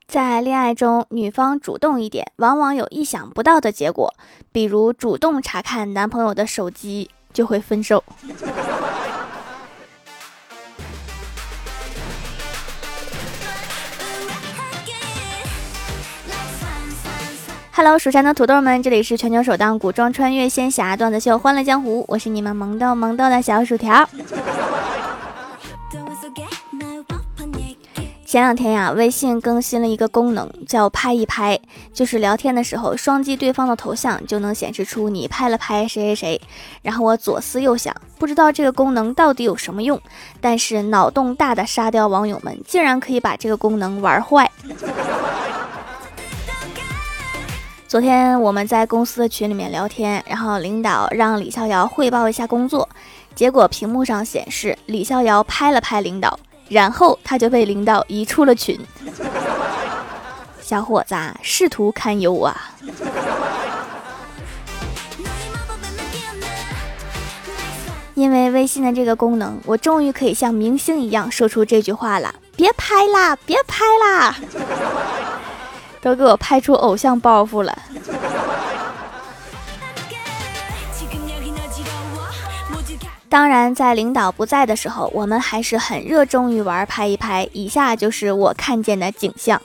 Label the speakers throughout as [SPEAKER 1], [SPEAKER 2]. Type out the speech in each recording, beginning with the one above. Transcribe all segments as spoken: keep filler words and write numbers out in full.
[SPEAKER 1] 在恋爱中，女方主动一点，往往有意想不到的结果，比如主动查看男朋友的手机，就会分手。Hello， 蜀山的土豆们，这里是全球首档古装穿越仙侠段子秀《欢乐江湖》，我是你们萌豆萌豆的小薯条。前两天呀，微信更新了一个功能，叫拍一拍，就是聊天的时候双击对方的头像，就能显示出你拍了拍谁谁谁。然后我左思右想，不知道这个功能到底有什么用，但是脑洞大的沙雕网友们竟然可以把这个功能玩坏。昨天我们在公司的群里面聊天，然后领导让李逍遥汇报一下工作，结果屏幕上显示李逍遥拍了拍领导，然后他就被领导移出了群。小伙子啊，仕途堪忧啊。因为微信的这个功能，我终于可以像明星一样说出这句话了，别拍啦，别拍啦。都给我拍出偶像包袱了。当然在领导不在的时候，我们还是很热衷于玩拍一拍。以下就是我看见的景象。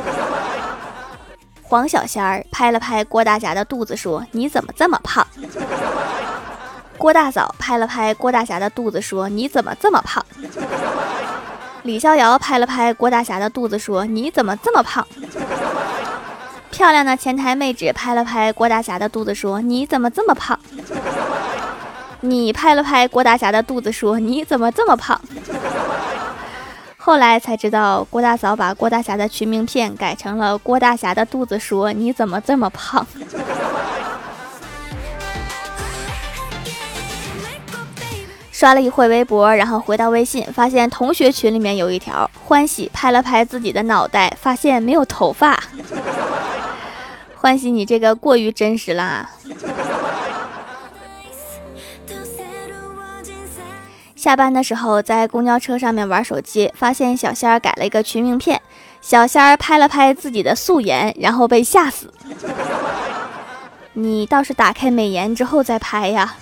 [SPEAKER 1] 黄小仙儿拍了拍郭大侠的肚子说，你怎么这么胖？郭大嫂拍了拍郭大侠的肚子说，你怎么这么胖？李逍遥拍了拍郭大侠的肚子说，你怎么这么胖？漂亮的前台妹纸拍了拍郭大侠的肚子说，你怎么这么胖？你拍了拍郭大侠的肚子说，你怎么这么胖？后来才知道郭大嫂把郭大侠的群名片改成了郭大侠的肚子说，你怎么这么胖？刷了一会微博，然后回到微信，发现同学群里面有一条，欢喜拍了拍自己的脑袋，发现没有头发。欢喜你这个过于真实啦。下班的时候在公交车上面玩手机，发现小仙儿改了一个群名片，小仙儿拍了拍自己的素颜，然后被吓死。你倒是打开美颜之后再拍呀。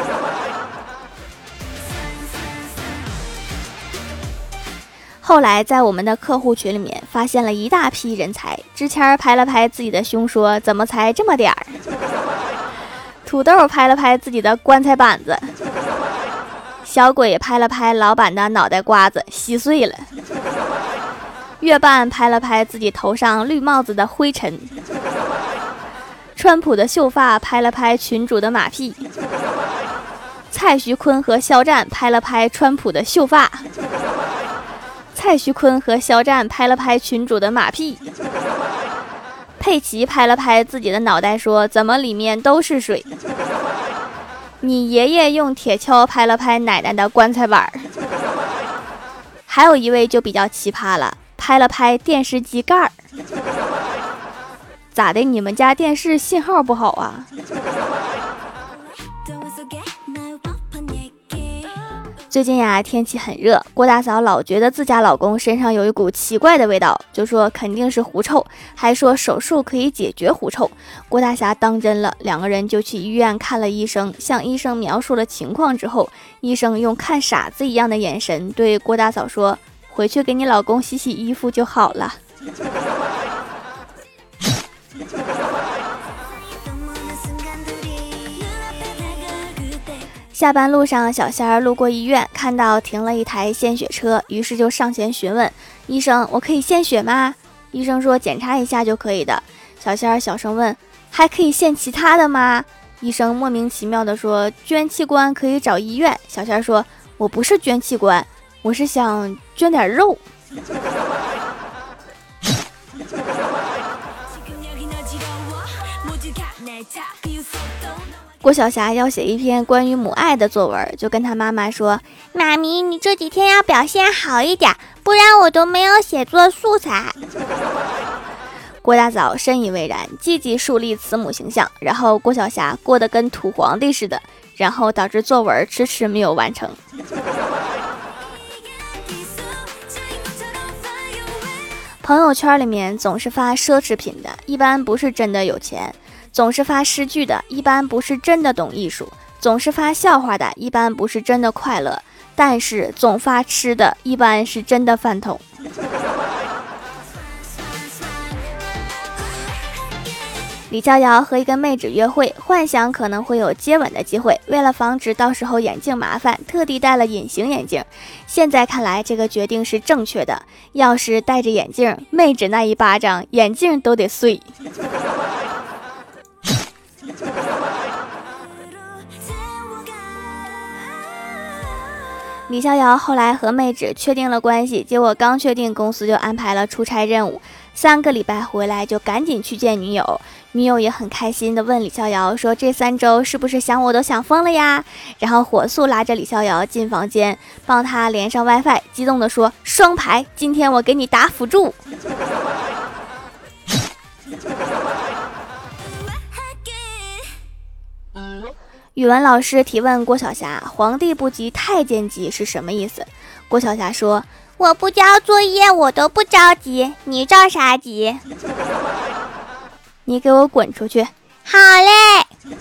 [SPEAKER 1] 后来在我们的客户群里面发现了一大批人才，支谦儿拍了拍自己的胸说，怎么才这么点儿？土豆拍了拍自己的棺材板子，小鬼拍了拍老板的脑袋瓜子，稀碎了。月半拍了拍自己头上绿帽子的灰尘，川普的秀发拍了拍群主的马屁，蔡徐坤和肖战拍了拍川普的秀发，蔡徐坤和肖战拍了拍群主的马屁，佩奇拍了拍自己的脑袋说，怎么里面都是水？你爷爷用铁锹拍了拍奶奶的棺材板。还有一位就比较奇葩了，拍了拍电视机盖儿。咋的，你们家电视信号不好啊？最近呀，天气很热，郭大嫂老觉得自家老公身上有一股奇怪的味道，就说肯定是狐臭，还说手术可以解决狐臭。郭大侠当真了，两个人就去医院看了医生，向医生描述了情况之后，医生用看傻子一样的眼神对郭大嫂说，回去给你老公洗洗衣服就好了。下班路上，小仙儿路过医院，看到停了一台献血车，于是就上前询问医生，我可以献血吗？医生说检查一下就可以的。小仙儿小声问，还可以献其他的吗？医生莫名其妙地说，捐器官可以找医院。小仙儿说，我不是捐器官，我是想捐点肉。郭晓霞要写一篇关于母爱的作文，就跟她妈妈说，妈咪，你这几天要表现好一点，不然我都没有写作素材。郭大嫂深以为然，积极树立慈母形象，然后郭晓霞过得跟土皇帝似的，然后导致作文迟迟没有完成。朋朋友圈里面总是发奢侈品的，一般不是真的有钱；总是发诗句的，一般不是真的懂艺术；总是发笑话的，一般不是真的快乐；但是总发吃的，一般是真的饭桶。李逍遥和一个妹纸约会，幻想可能会有接吻的机会，为了防止到时候眼镜麻烦，特地戴了隐形眼镜。现在看来这个决定是正确的，要是戴着眼镜，妹纸那一巴掌眼镜都得碎。李逍遥后来和妹纸确定了关系，结果刚确定，公司就安排了出差任务，三个礼拜回来就赶紧去见女友。女友也很开心地问李逍遥说，这三周是不是想我都想疯了呀？然后火速拉着李逍遥进房间，帮他连上 WiFi， 激动地说，双排，今天我给你打辅助。语文老师提问郭晓霞，皇帝不急太监急是什么意思？郭晓霞说，我不交作业我都不着急，你着啥急？你给我滚出去！好嘞。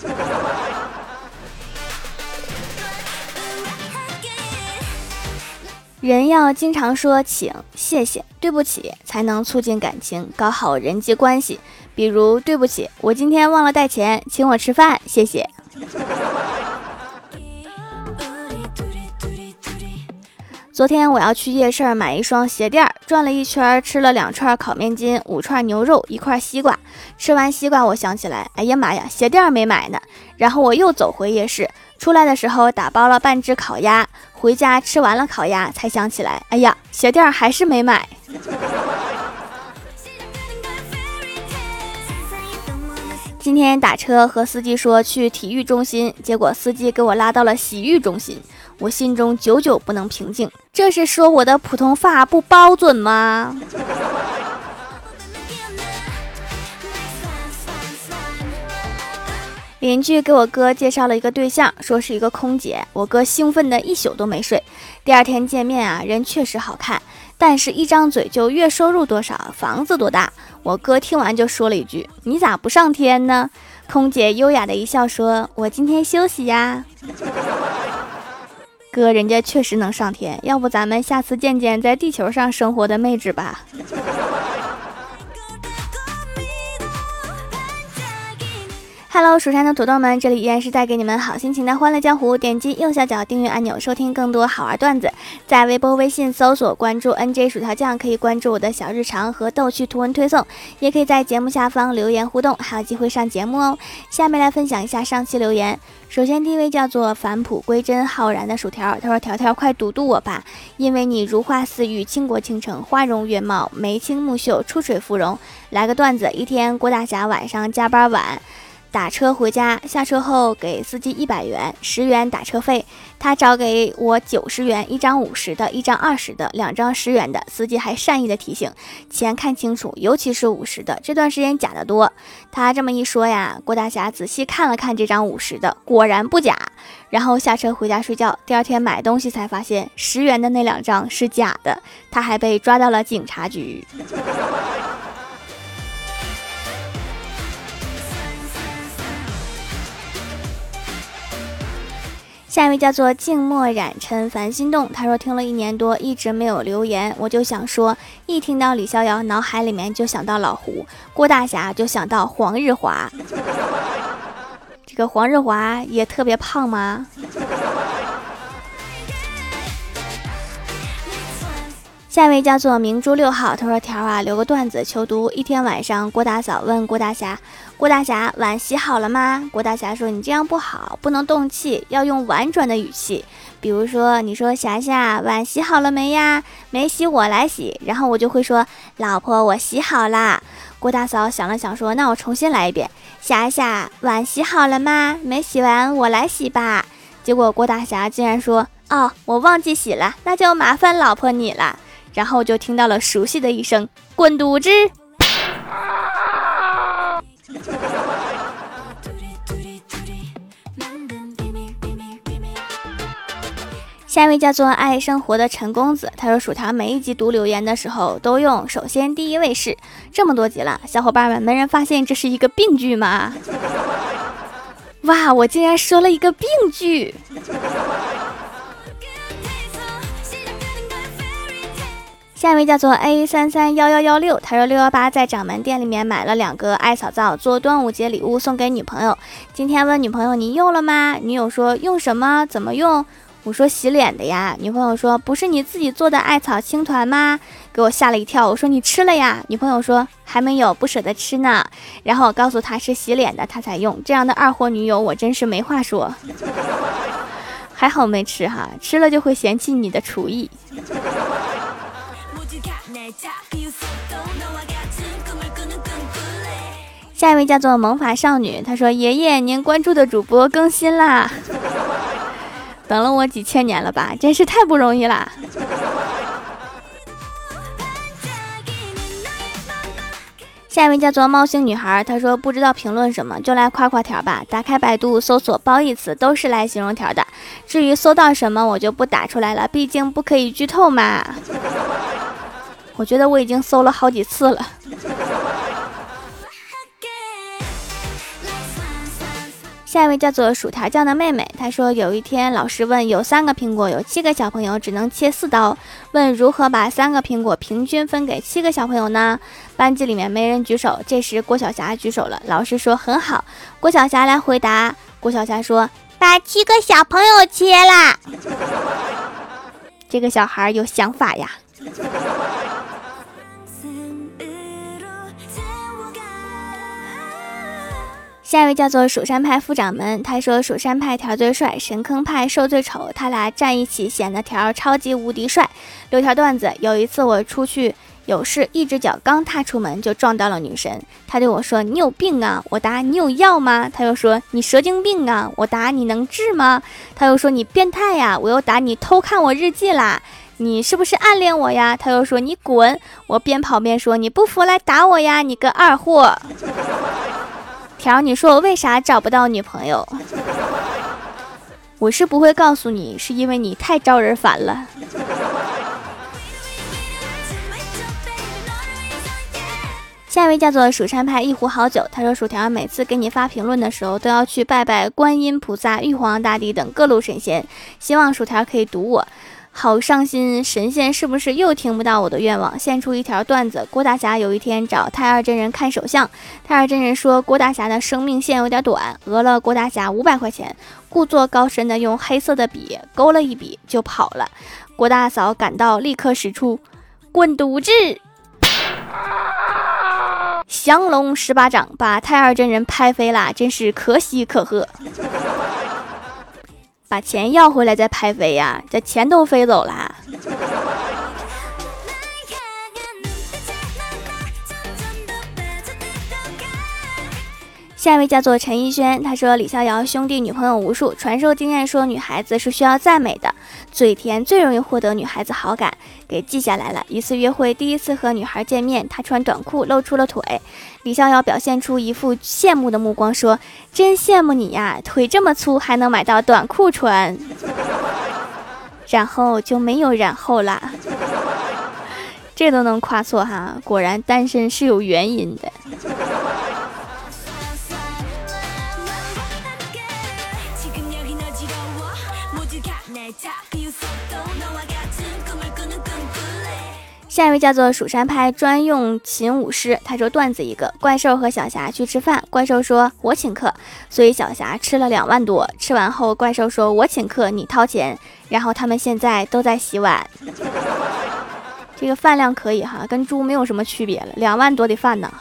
[SPEAKER 1] 人要经常说请、谢谢、对不起，才能促进感情，搞好人际关系。比如，对不起，我今天忘了带钱，请我吃饭，谢谢。昨天我要去夜市买一双鞋垫，转了一圈，吃了两串烤面筋，五串牛肉，一块西瓜。吃完西瓜，我想起来，哎呀妈呀，鞋垫没买呢。然后我又走回夜市，出来的时候打包了半只烤鸭，回家吃完了烤鸭，才想起来，哎呀，鞋垫还是没买。今天打车和司机说去体育中心，结果司机给我拉到了洗浴中心，我心中久久不能平静，这是说我的普通话不标准吗？邻居给我哥介绍了一个对象，说是一个空姐，我哥兴奋的一宿都没睡。第二天见面啊，人确实好看，但是一张嘴就月收入多少，房子多大。我哥听完就说了一句，你咋不上天呢？空姐优雅的一笑说，我今天休息呀。哥，人家确实能上天，要不咱们下次见见在地球上生活的妹纸吧。Hello， 蜀山的土豆们，这里依然是带给你们好心情的欢乐江湖。点击右下角订阅按钮，收听更多好玩段子。在微博、微信搜索关注 N J 薯条酱，可以关注我的小日常和逗趣图文推送，也可以在节目下方留言互动，还有机会上节目哦。下面来分享一下上期留言。首先第一位叫做返璞归真浩然的薯条，他说，条条快堵堵我吧，因为你如花似玉，倾国倾城，花容月貌，眉清目秀，出水芙蓉。来个段子，一天郭大侠晚上加班晚，打车回家，下车后给司机一百元，十元打车费。他找给我九十元，一张五十的，一张二十的，两张十元的。司机还善意的提醒，钱看清楚，尤其是五十的，这段时间假的多。他这么一说呀，郭大侠仔细看了看这张五十的，果然不假。然后下车回家睡觉，第二天买东西才发现十元的那两张是假的，他还被抓到了警察局。下一位叫做静默染尘繁心动，他说听了一年多一直没有留言，我就想说，一听到李逍遥脑海里面就想到老胡，郭大侠就想到黄日华。这个黄日华也特别胖吗？下一位叫做明珠六号，他说条啊，留个段子求读。一天晚上，郭大嫂问郭大侠，郭大侠，碗洗好了吗？郭大侠说，你这样不好，不能动气，要用婉转的语气，比如说你说，霞霞，碗洗好了没呀？没洗我来洗。然后我就会说，老婆，我洗好啦。郭大嫂想了想说，那我重新来一遍，霞霞，碗洗好了吗？没洗完我来洗吧。结果郭大侠竟然说，哦，我忘记洗了，那就麻烦老婆你了。然后就听到了熟悉的一声滚犊子。 下一位叫做爱生活的陈公子，他说薯条每一集读留言的时候都用首先第一位是，这么多集了，小伙伴们没人发现这是一个病句吗？哇，我竟然说了一个病句。下一位叫做 A 三三一一一六，他说六一八在掌门店里面买了两个艾草皂做端午节礼物送给女朋友，今天问女朋友你用了吗？女友说用什么？怎么用？我说洗脸的呀。女朋友说不是你自己做的艾草青团吗？给我吓了一跳。我说你吃了呀？女朋友说还没有，不舍得吃呢。然后我告诉她是洗脸的，她才用。这样的二货女友我真是没话说。还好没吃哈，吃了就会嫌弃你的厨艺。下一位叫做萌法少女，她说爷爷您关注的主播更新啦。等了我几千年了吧，真是太不容易啦。下一位叫做猫星女孩，她说不知道评论什么就来夸夸条吧，打开百度搜索褒义词都是来形容条的，至于搜到什么我就不打出来了，毕竟不可以剧透嘛。我觉得我已经搜了好几次了。下一位叫做薯条酱的妹妹，她说有一天老师问有三个苹果，有七个小朋友只能切四刀，问如何把三个苹果平均分给七个小朋友呢？班级里面没人举手，这时郭晓霞举手了，老师说很好，郭晓霞来回答，郭晓霞说把七个小朋友切啦。这个小孩有想法呀。下一位叫做蜀山派副掌门，他说蜀山派条最帅，神坑派瘦最丑，他俩站一起显得条超级无敌帅。留条段子，有一次我出去有事，一只脚刚踏出门就撞到了女神，他对我说你有病啊，我答你有药吗？他又说你蛇精病啊，我答你能治吗？他又说你变态呀，我又答你偷看我日记啦，你是不是暗恋我呀？他又说你滚，我边跑边说你不服来打我呀，你个二货。条，你说我为啥找不到女朋友？我是不会告诉你，是因为你太招人烦了。下一位叫做蜀山派一壶好酒，他说薯条每次给你发评论的时候都要去拜拜观音菩萨、玉皇大帝等各路神仙，希望薯条可以读我。好伤心，神仙是不是又听不到我的愿望？献出一条段子，郭大侠有一天找太二真人看手相，太二真人说郭大侠的生命线有点短，讹了郭大侠五百块钱，故作高深的用黑色的笔勾了一笔就跑了。郭大嫂赶到，立刻使出滚犊子降龙十八掌，把太二真人拍飞了，真是可喜可贺。把钱要回来再拍飞呀，这钱都飞走了。下一位叫做陈奕轩，他说李逍遥兄弟女朋友无数，传授经验说女孩子是需要赞美的，嘴甜最容易获得女孩子好感，给记下来了。一次约会，第一次和女孩见面，他穿短裤露出了腿，李逍遥表现出一副羡慕的目光，说真羡慕你呀，腿这么粗还能买到短裤穿。然后就没有然后啦。这都能夸错哈，果然单身是有原因的。下一位叫做蜀山派专用琴舞师，他说段子一个，怪兽和小霞去吃饭，怪兽说我请客，所以小霞吃了两万多，吃完后怪兽说我请客你掏钱，然后他们现在都在洗碗。这个饭量可以哈，跟猪没有什么区别了，两万多的饭呢。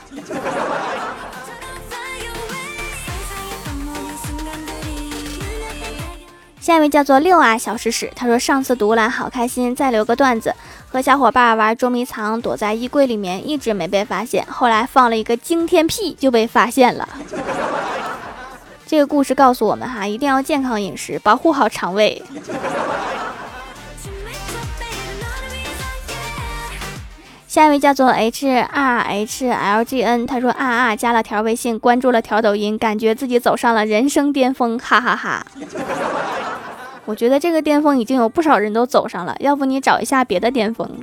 [SPEAKER 1] 下一位叫做六啊小屎屎，他说上次读完好开心，再留个段子，和小伙伴玩捉迷藏，躲在衣柜里面一直没被发现，后来放了一个惊天屁就被发现了。这个故事告诉我们哈，一定要健康饮食，保护好肠胃。下一位叫做 H R H L G N， 他说啊啊加了条微信，关注了条抖音，感觉自己走上了人生巅峰，哈哈哈哈。 我觉得这个巅峰已经有不少人都走上了，要不你找一下别的巅峰。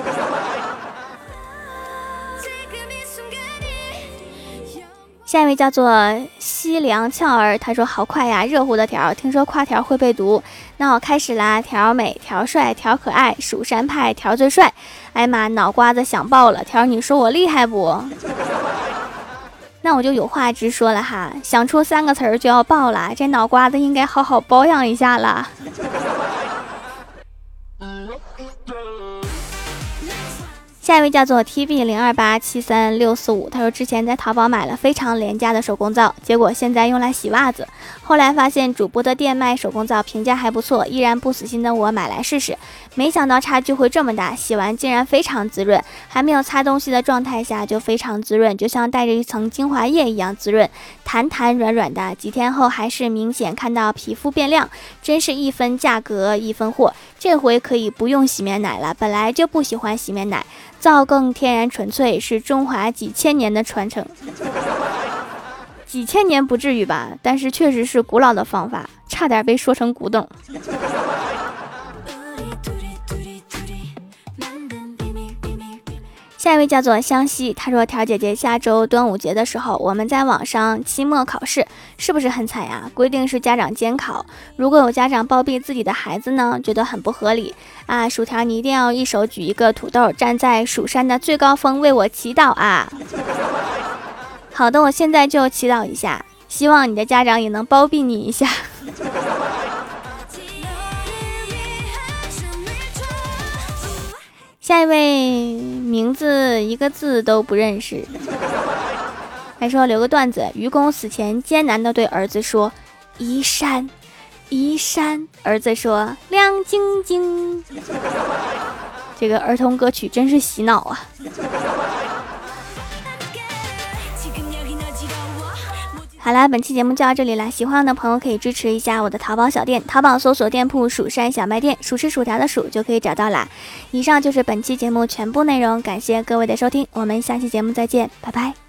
[SPEAKER 1] 下一位叫做西凉俏儿，他说好快呀，热乎的条，听说夸条会被毒，那我开始啦，条美条帅条可爱，蜀山派条最帅，哎妈，脑瓜子想爆了，条你说我厉害不？那我就有话直说了哈，想出三个词儿就要爆了，这脑瓜子应该好好保养一下啦。下一位叫做 T B 零二八七三六四五，他说之前在淘宝买了非常廉价的手工皂，结果现在用来洗袜子，后来发现主播的店卖手工皂评价还不错，依然不死心的我买来试试，没想到差距会这么大，洗完竟然非常滋润，还没有擦东西的状态下就非常滋润，就像带着一层精华液一样滋润，弹弹软软的，几天后还是明显看到皮肤变亮，真是一分价格一分货，这回可以不用洗面奶了，本来就不喜欢洗面奶，皂更天然纯粹，是中华几千年的传承。几千年不至于吧，但是确实是古老的方法，差点被说成古董。下一位叫做湘西，他说条姐姐，下周端午节的时候我们在网上期末考试，是不是很惨呀？规定是家长监考，如果有家长包庇自己的孩子呢，觉得很不合理啊！薯条你一定要一手举一个土豆，站在蜀山的最高峰为我祈祷啊！好的，我现在就祈祷一下，希望你的家长也能包庇你一下。下一位名字一个字都不认识，还说留个段子，愚公死前艰难地对儿子说移山移山，儿子说亮晶晶。这个儿童歌曲真是洗脑啊。好啦，本期节目就到这里啦，喜欢的朋友可以支持一下我的淘宝小店，淘宝搜索店铺蜀山小卖店，数是薯条的数就可以找到啦。以上就是本期节目全部内容，感谢各位的收听，我们下期节目再见，拜拜。